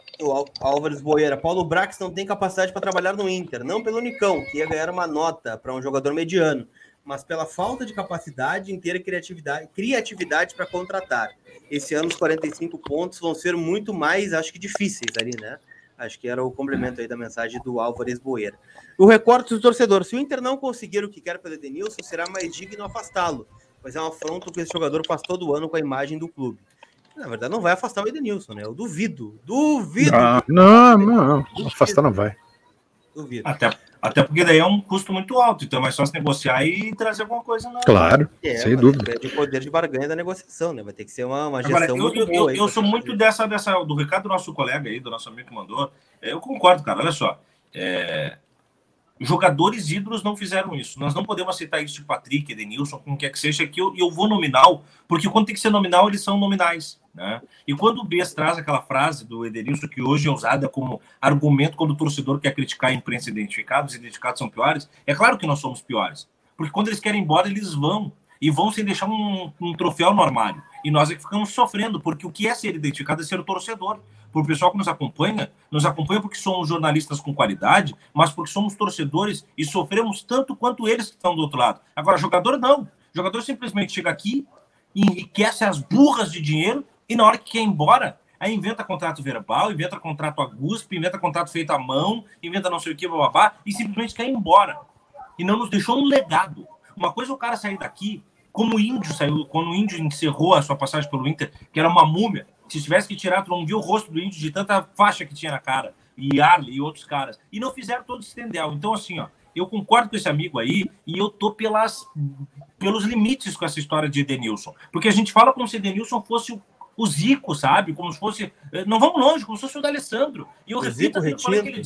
O Álvares Boeira, Paulo Brax não tem capacidade para trabalhar no Inter, não pelo Nicão, que ia ganhar uma nota para um jogador mediano, mas pela falta de capacidade em ter criatividade, criatividade para contratar. Esse ano os quarenta e cinco pontos vão ser muito mais, acho que difíceis ali, né? Acho que era o complemento aí da mensagem do Álvares Boeira. O recorte do torcedor. Se o Inter não conseguir o que quer pelo Edenilson, será mais digno afastá-lo, pois é uma afronta que esse jogador faz todo ano com a imagem do clube. Na verdade, não vai afastar o Edenilson, né? Eu duvido. Duvido. Não, não, não. Duvido. Afastar não vai. Duvido. Até, até porque daí é um custo muito alto, então é mais fácil negociar e trazer alguma coisa. Na... Claro, é, sem dúvida. É de poder de barganha da negociação, né? Vai ter que ser uma, uma gestão Agora, eu, muito eu, boa. Eu, eu sou muito dessa, dessa, do recado do nosso colega aí, do nosso amigo que mandou. Eu concordo, cara. Olha só. É... Jogadores ídolos não fizeram isso. Nós não podemos aceitar isso de Patrick, Edenilson, como quer que seja, que eu, eu vou nominal, porque quando tem que ser nominal, eles são nominais. Né? E quando o Bias traz aquela frase do Edenilson, que hoje é usada como argumento quando o torcedor quer criticar a imprensa identificada, os identificados são piores, é claro que nós somos piores. Porque quando eles querem ir embora, eles vão. E vão sem deixar um, um troféu no armário. E nós é que ficamos sofrendo, porque o que é ser identificado é ser o torcedor. Por o pessoal que nos acompanha, nos acompanha porque somos jornalistas com qualidade, mas porque somos torcedores e sofremos tanto quanto eles que estão do outro lado. Agora, jogador não. O jogador simplesmente chega aqui, enriquece as burras de dinheiro e na hora que quer ir embora, aí inventa contrato verbal, inventa contrato a guspe, inventa contrato feito à mão, inventa não sei o que, bababá, e simplesmente quer ir embora. E não nos deixou um legado. Uma coisa é o cara sair daqui, como o Índio saiu, quando o Índio encerrou a sua passagem pelo Inter, que era uma múmia. Se tivesse que tirar, tu não viu o rosto do Índio de tanta faixa que tinha na cara. E Arley e outros caras. E não fizeram todo esse tendel. Então, assim, ó, eu concordo com esse amigo aí e eu tô pelas, pelos limites com essa história de Edenilson. Porque a gente fala como se Edenilson fosse o, o Zico, sabe? Como se fosse... Não vamos longe, como se fosse o D'Alessandro. E eu o repito Zico o que eu falei aquele dia.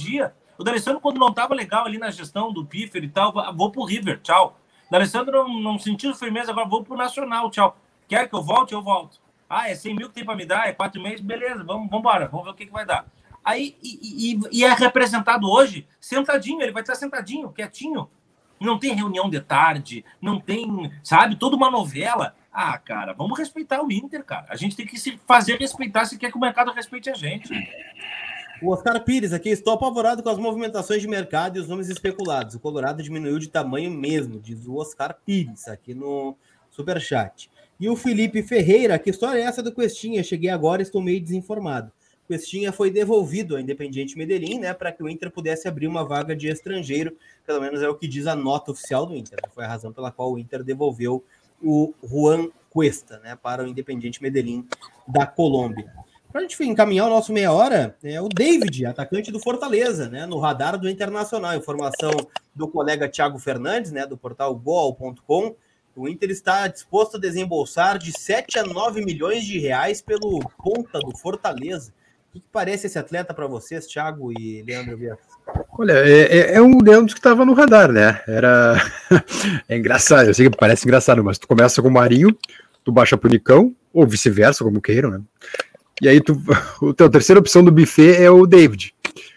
O D'Alessandro, quando não estava legal ali na gestão do Piffer e tal, vou pro River, tchau. O D'Alessandro não, não sentiu firmeza, agora vou pro Nacional, tchau. Quer que eu volte? Eu volto. Ah, é cem mil que tem para me dar, é quatro meses, beleza, vamos embora, vamos ver o que, que vai dar. Aí, e, e, e é representado hoje sentadinho, ele vai estar sentadinho, quietinho. Não tem reunião de tarde, não tem, sabe, toda uma novela. Ah, cara, vamos respeitar o Inter, cara. A gente tem que se fazer respeitar se quer que o mercado respeite a gente. O Oscar Pires aqui, estou apavorado com as movimentações de mercado e os nomes especulados. O Colorado diminuiu de tamanho mesmo, diz o Oscar Pires aqui no Superchat. E o Felipe Ferreira, que história é essa do Questinha? Cheguei agora e estou meio desinformado. Questinha foi devolvido ao Independiente Medellín, né, para que o Inter pudesse abrir uma vaga de estrangeiro, pelo menos é o que diz a nota oficial do Inter, né? Foi a razão pela qual o Inter devolveu o Juan Cuesta, né, para o Independiente Medellín da Colômbia. Para a gente encaminhar o nosso meia hora, é o David, atacante do Fortaleza, né, no radar do Internacional. Informação do colega Thiago Fernandes, né, do portal goal ponto com. O Inter está disposto a desembolsar de sete a nove milhões de reais pelo ponta do Fortaleza. O que, que parece esse atleta para vocês, Thiago e Leandro Vias? Olha, é, é um dos que estava no radar, né? Era é engraçado, eu sei que parece engraçado, mas tu começa com o Marinho, tu baixa pro Nicão, ou vice-versa, como queiram, né? E aí tu, a terceira opção do buffet é o David.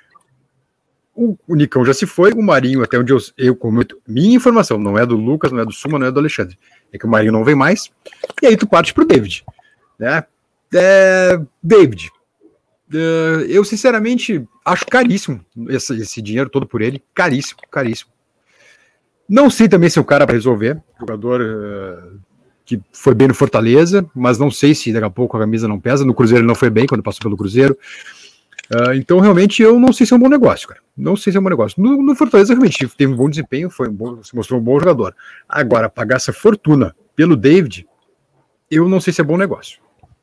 O, o Nicão já se foi, o Marinho, até onde eu, eu comento, minha informação, não é do Lucas, não é do Suma, não é do Alexandre, é que o Marinho não vem mais, e aí tu parte pro David, né? É, David. Uh, eu, sinceramente, acho caríssimo esse, esse dinheiro todo por ele. Caríssimo, caríssimo. Não sei também se é o cara para resolver. Jogador uh, que foi bem no Fortaleza, mas não sei se daqui a pouco a camisa não pesa. No Cruzeiro ele não foi bem quando passou pelo Cruzeiro. Uh, então, realmente, eu não sei se é um bom negócio, cara. Não sei se é um bom negócio. No, no Fortaleza, realmente, teve um bom desempenho, foi um bom, se mostrou um bom jogador. Agora, pagar essa fortuna pelo David, eu não sei se é bom negócio.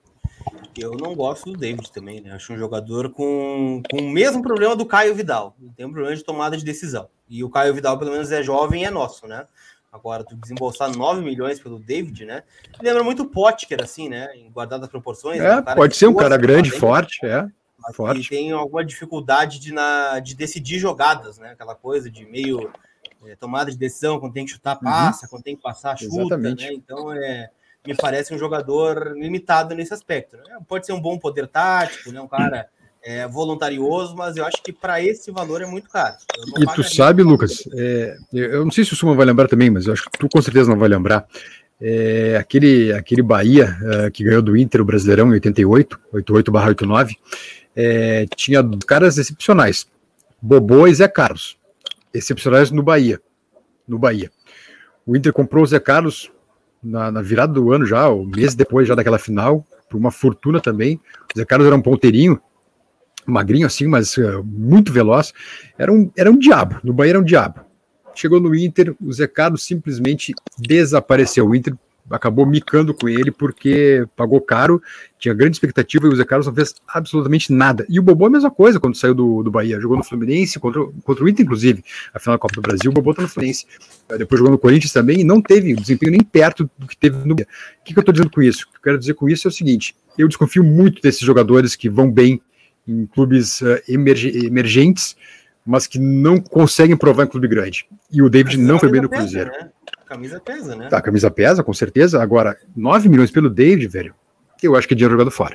Eu não gosto do David também, né? Acho um jogador com, com o mesmo problema do Caio Vidal. Tem um problema de tomada de decisão. E o Caio Vidal, pelo menos, é jovem e é nosso, né? Agora, tu desembolsar nove milhões pelo David, né? Lembra muito o Potker, assim, né? Em guardado as proporções. É, um pode ser um cara grande, forte, é. Mas forte. que tem alguma dificuldade de, na, de decidir jogadas, né? Aquela coisa de meio é, tomada de decisão, quando tem que chutar, passa, uhum. quando tem que passar, chuta, Exatamente. Né? Então, é... me parece um jogador limitado nesse aspecto. Né? Pode ser um bom poder tático, né? Um cara é, voluntarioso, mas eu acho que para esse valor é muito caro. E tu sabe, Lucas, é, eu não sei se o Suma vai lembrar também, mas eu acho que tu com certeza não vai lembrar. É, aquele, aquele Bahia é, que ganhou do Inter o Brasileirão em oitenta e oito, oitenta e oito barra oitenta e nove, é, tinha caras excepcionais. Bobô e Zé Carlos. Excepcionais no Bahia. No Bahia. O Inter comprou o Zé Carlos Na, na virada do ano já, ou mês depois já daquela final, por uma fortuna também. O Zé Carlos era um ponteirinho, magrinho assim, mas uh, muito veloz. Era um, era um diabo, no Bahia era um diabo. Chegou no Inter, o Zé Carlos simplesmente desapareceu. O Inter acabou micando com ele porque pagou caro, tinha grande expectativa e o Zé Carlos não fez absolutamente nada. E o Bobô é a mesma coisa quando saiu do, do Bahia, jogou no Fluminense, contra, contra o Inter inclusive, a final da Copa do Brasil, o Bobô tá no Fluminense. Depois jogou no Corinthians também e não teve desempenho nem perto do que teve no Bahia. O que, que eu tô dizendo com isso? O que eu quero dizer com isso é o seguinte, eu desconfio muito desses jogadores que vão bem em clubes uh, emerg- emergentes, mas que não conseguem provar em clube grande. E o David não foi bem no pesa, Cruzeiro. Né? A camisa pesa, né? Tá, a camisa pesa, com certeza. Agora, nove milhões pelo David, velho, eu acho que é dinheiro jogado fora.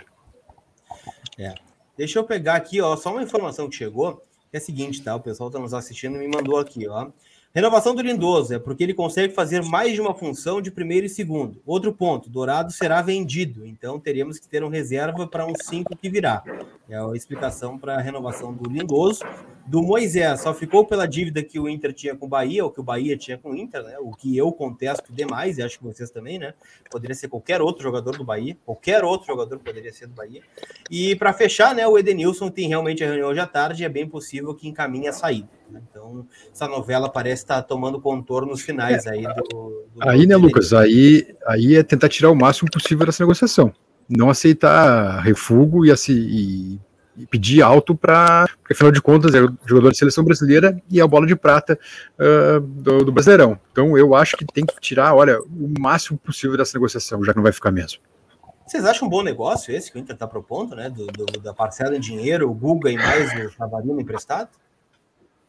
É. Deixa eu pegar aqui, ó, só uma informação que chegou, que é a seguinte, tá? O pessoal tá nos assistindo e me mandou aqui, ó. Renovação do Lindoso é porque ele consegue fazer mais de uma função de primeiro e segundo. Outro ponto, Dourado será vendido, então teremos que ter um reserva para um cinco que virá. É a explicação para a renovação do Lindoso. Do Moisés, só ficou pela dívida que o Inter tinha com o Bahia, ou que o Bahia tinha com o Inter, né? O que eu contesto demais, e acho que vocês também, né? Poderia ser qualquer outro jogador do Bahia, qualquer outro jogador poderia ser do Bahia. E para fechar, né? O Edenilson tem realmente a reunião hoje à tarde, e é bem possível que encaminhe a saída. Né? Então, essa novela parece estar tomando contornos finais aí do. do aí, né, Lucas? Aí, aí é tentar tirar o máximo possível dessa negociação. Não aceitar refúgio e, assim, e, e pedir alto para. Porque, afinal de contas, é o jogador de seleção brasileira e a bola de prata uh, do, do Brasileirão. Então, eu acho que tem que tirar, olha, o máximo possível dessa negociação, já que não vai ficar mesmo. Vocês acham um bom negócio esse que o Inter está propondo, né? Do, do, da parcela em dinheiro, o Guga e mais o Savarino emprestado?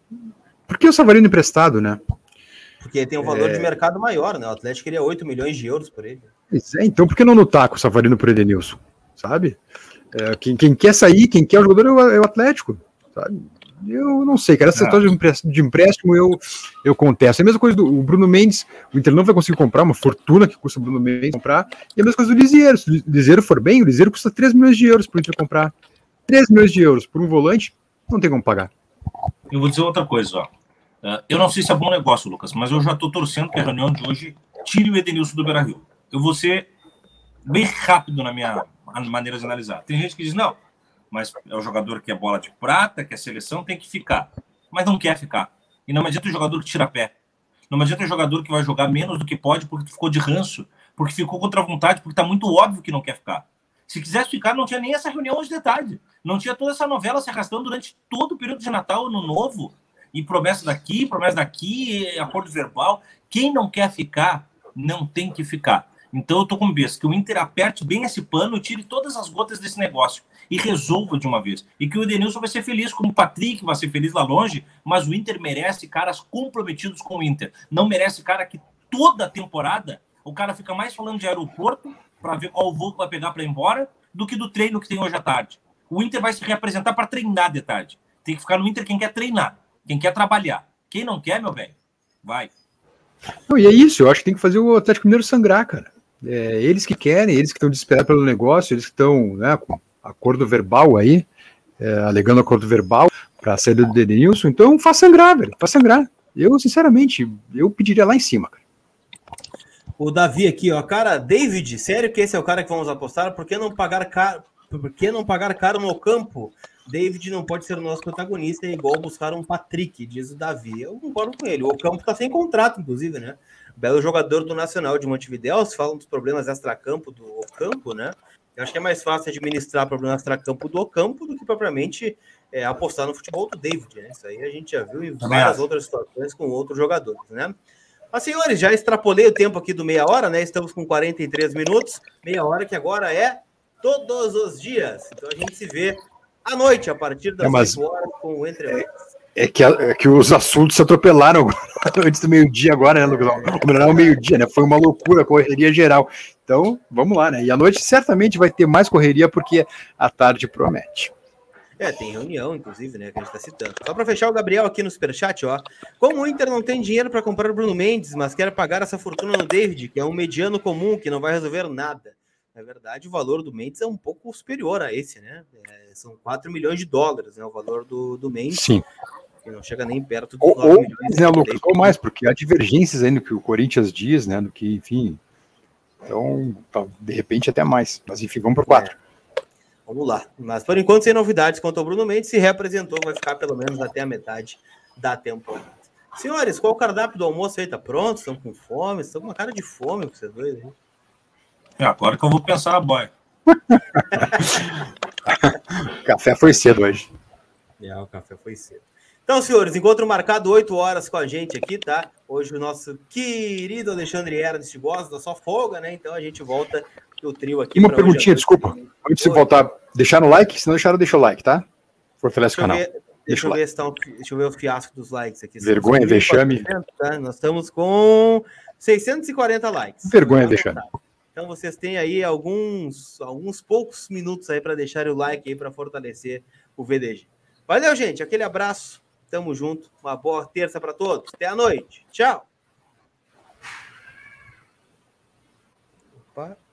Por que o Savarino emprestado, né? Porque tem um valor é... de mercado maior, né? O Atlético queria oito milhões de euros por ele. É, então por que não lutar com o Savarino por Edenilson, sabe? É, quem, quem quer sair, quem quer o jogador é o, é o Atlético, sabe? Eu não sei, cara, essa história de empréstimo, de empréstimo eu, eu contesto. É a mesma coisa do o Bruno Mendes, o Inter não vai conseguir comprar, uma fortuna que custa o Bruno Mendes comprar, e a mesma coisa do Liseiro. Se o Liseiro for bem, o Liseiro custa três milhões de euros para o Inter comprar. três milhões de euros por um volante, não tem como pagar. Eu vou dizer outra coisa, ó. Eu não sei se é bom negócio, Lucas, mas eu já estou torcendo que a reunião de hoje tire o Edenilson do Beira-Rio. Eu vou ser bem rápido na minha maneira de analisar. Tem gente que diz, não, mas é o jogador que é bola de prata, que é seleção, tem que ficar. Mas não quer ficar. E não adianta o jogador que tira pé. Não adianta o jogador que vai jogar menos do que pode porque ficou de ranço, porque ficou contra a vontade, porque está muito óbvio que não quer ficar. Se quisesse ficar, não tinha nem essa reunião hoje de tarde. Não tinha toda essa novela se arrastando durante todo o período de Natal, Ano Novo. E promessa daqui, promessa daqui, acordo verbal. Quem não quer ficar, não tem que ficar. Então eu tô com medo que o Inter aperte bem esse pano, tire todas as gotas desse negócio e resolva de uma vez. E que o Edenilson vai ser feliz, como o Patrick vai ser feliz lá longe, mas o Inter merece caras comprometidos com o Inter. Não merece cara que toda temporada o cara fica mais falando de aeroporto para ver qual voo vai pegar para ir embora do que do treino que tem hoje à tarde. O Inter vai se reapresentar para treinar de tarde. Tem que ficar no Inter quem quer treinar, quem quer trabalhar. Quem não quer, meu velho, vai. Não, e é isso, eu acho que tem que fazer o Atlético Mineiro sangrar, cara. É, eles que querem, eles que estão desesperados pelo negócio, eles que estão, né, com acordo verbal aí, é, alegando acordo verbal para a saída do Edenilson, então faz sangrar, velho, faz sangrar. Eu, sinceramente, eu pediria lá em cima, cara. O Davi aqui, ó, cara, David, sério que esse é o cara que vamos apostar? Por que não pagar caro, por que não pagar caro no campo? David não pode ser o nosso protagonista, é igual buscar um Patrick, diz o Davi. Eu concordo com ele. O Ocampo tá sem contrato, inclusive, né? Belo jogador do Nacional de Montevidéu, se falam dos problemas extracampo do Ocampo, né? Eu acho que é mais fácil administrar problemas extracampo do Ocampo do que propriamente é, apostar no futebol do David, né? Isso aí a gente já viu em várias outras situações com outros jogadores, né? Mas, senhores, já extrapolei o tempo aqui do meia hora, né? Estamos com quarenta e três minutos, meia hora que agora é todos os dias. Então a gente se vê à noite, a partir das é, mas... oito horas, com o Entre Leques. É que, é que os assuntos se atropelaram antes do meio-dia agora, né, Lucas? Não é o meio-dia, né? Foi uma loucura, correria geral. Então, vamos lá, né? E à noite certamente vai ter mais correria, porque a tarde promete. É, tem reunião, inclusive, né, que a gente tá citando. Só para fechar o Gabriel aqui no Superchat, ó. Como o Inter não tem dinheiro para comprar o Bruno Mendes, mas quer pagar essa fortuna no David, que é um mediano comum, que não vai resolver nada. Na verdade, o valor do Mendes é um pouco superior a esse, né? É, são quatro milhões de dólares, né? O valor do, do Mendes. Sim. Que não chega nem perto dos ou, nove milhões. Né, Lucas, ou mais, porque há divergências aí no que o Corinthians diz, né? No que, enfim. Então, de repente até mais. Mas enfim, vamos por quatro. É. Vamos lá. Mas por enquanto, sem novidades quanto ao Bruno Mendes, se reapresentou, vai ficar pelo menos até a metade da temporada. Senhores, qual o cardápio do almoço aí? Tá pronto? Estão com fome? Estão com uma cara de fome, vocês dois aí. É agora que eu vou pensar a boia. O café foi cedo hoje. É, o café foi cedo. Então, senhores, encontro marcado oito horas com a gente aqui, tá? Hoje o nosso querido Alexandre Ernst gosta da sua folga, né? Então a gente volta o trio aqui. Uma perguntinha, desculpa. Antes de voltar, deixar no like? Se não deixaram, deixa o like, tá? Fortalece o canal. Ver, deixa, deixa eu ver like. se tá um, deixa eu ver o fiasco dos likes aqui. Vergonha, vexame. Tá? Nós estamos com seiscentos e quarenta likes. Vergonha, vexame. Então vocês têm aí alguns, alguns poucos minutos aí para deixarem o like aí para fortalecer o V D G. Valeu, gente. Aquele abraço. Tamo junto. Uma boa terça para todos. Até a noite. Tchau. Opa.